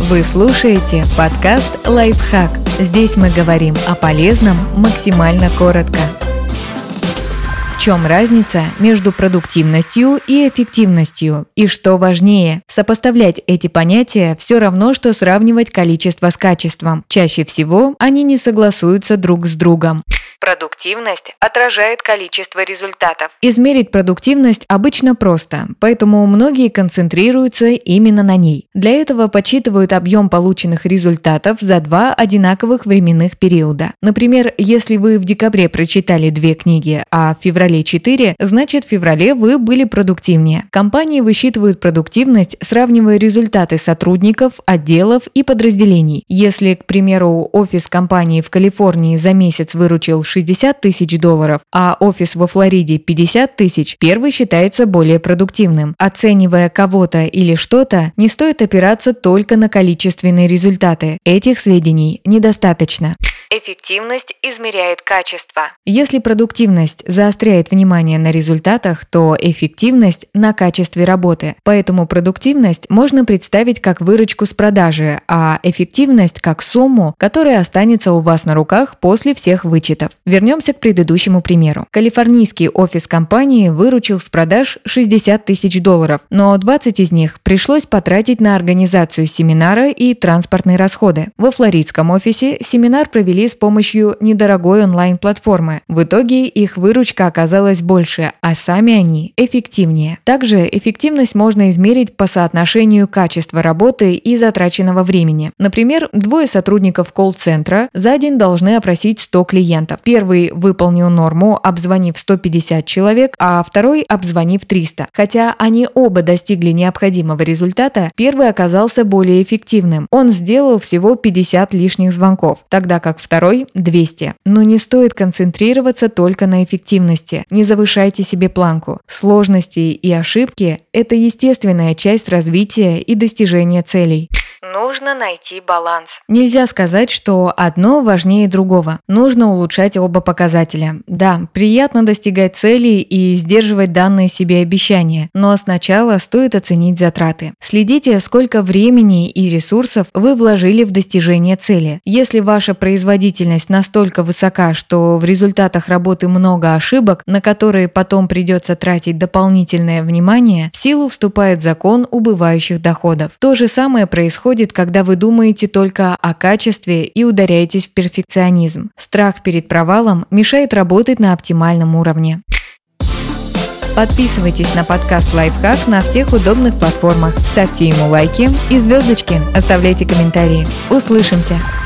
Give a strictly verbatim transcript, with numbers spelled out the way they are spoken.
Вы слушаете подкаст «Лайфхак». Здесь мы говорим о полезном максимально коротко. В чем разница между продуктивностью и эффективностью? И что важнее, сопоставлять эти понятия все равно, что сравнивать количество с качеством. Чаще всего они не согласуются друг с другом. Продуктивность отражает количество результатов. Измерить продуктивность обычно просто, поэтому многие концентрируются именно на ней. Для этого подсчитывают объем полученных результатов за два одинаковых временных периода. Например, если вы в декабре прочитали две книги, а в феврале четыре, значит в феврале вы были продуктивнее. Компании высчитывают продуктивность, сравнивая результаты сотрудников, отделов и подразделений. Если, к примеру, офис компании в Калифорнии за месяц выручил шестьдесят тысяч долларов, а офис во Флориде пятьдесят тысяч, первый считается более продуктивным. Оценивая кого-то или что-то, не стоит опираться только на количественные результаты. Этих сведений недостаточно. Эффективность измеряет качество. Если продуктивность заостряет внимание на результатах, то эффективность на качестве работы. Поэтому продуктивность можно представить как выручку с продажи, а эффективность как сумму, которая останется у вас на руках после всех вычетов. Вернемся к предыдущему примеру. Калифорнийский офис компании выручил с продаж шестьдесят тысяч долларов, но двадцать из них пришлось потратить на организацию семинара и транспортные расходы. Во флоридском офисе семинар провели с помощью недорогой онлайн-платформы. В итоге их выручка оказалась больше, а сами они эффективнее. Также эффективность можно измерить по соотношению качества работы и затраченного времени. Например, двое сотрудников колл-центра за день должны опросить сто клиентов. Первый выполнил норму, обзвонив сто пятьдесят человек, а второй обзвонив триста. Хотя они оба достигли необходимого результата, первый оказался более эффективным. Он сделал всего пятьдесят лишних звонков, тогда как второй Второй – двести. Но не стоит концентрироваться только на эффективности. Не завышайте себе планку. Сложности и ошибки – это естественная часть развития и достижения целей. Нужно найти баланс. Нельзя сказать, что одно важнее другого. Нужно улучшать оба показателя. Да, приятно достигать целей и сдерживать данные себе обещания, но сначала стоит оценить затраты. Следите, сколько времени и ресурсов вы вложили в достижение цели. Если ваша производительность настолько высока, что в результатах работы много ошибок, на которые потом придется тратить дополнительное внимание, в силу вступает закон убывающих доходов. То же самое происходит, когда вы думаете только о качестве и ударяетесь в перфекционизм. Страх перед провалом мешает работать на оптимальном уровне. Подписывайтесь на подкаст «Лайфхак» на всех удобных платформах, ставьте ему лайки и звездочки, оставляйте комментарии. Услышимся!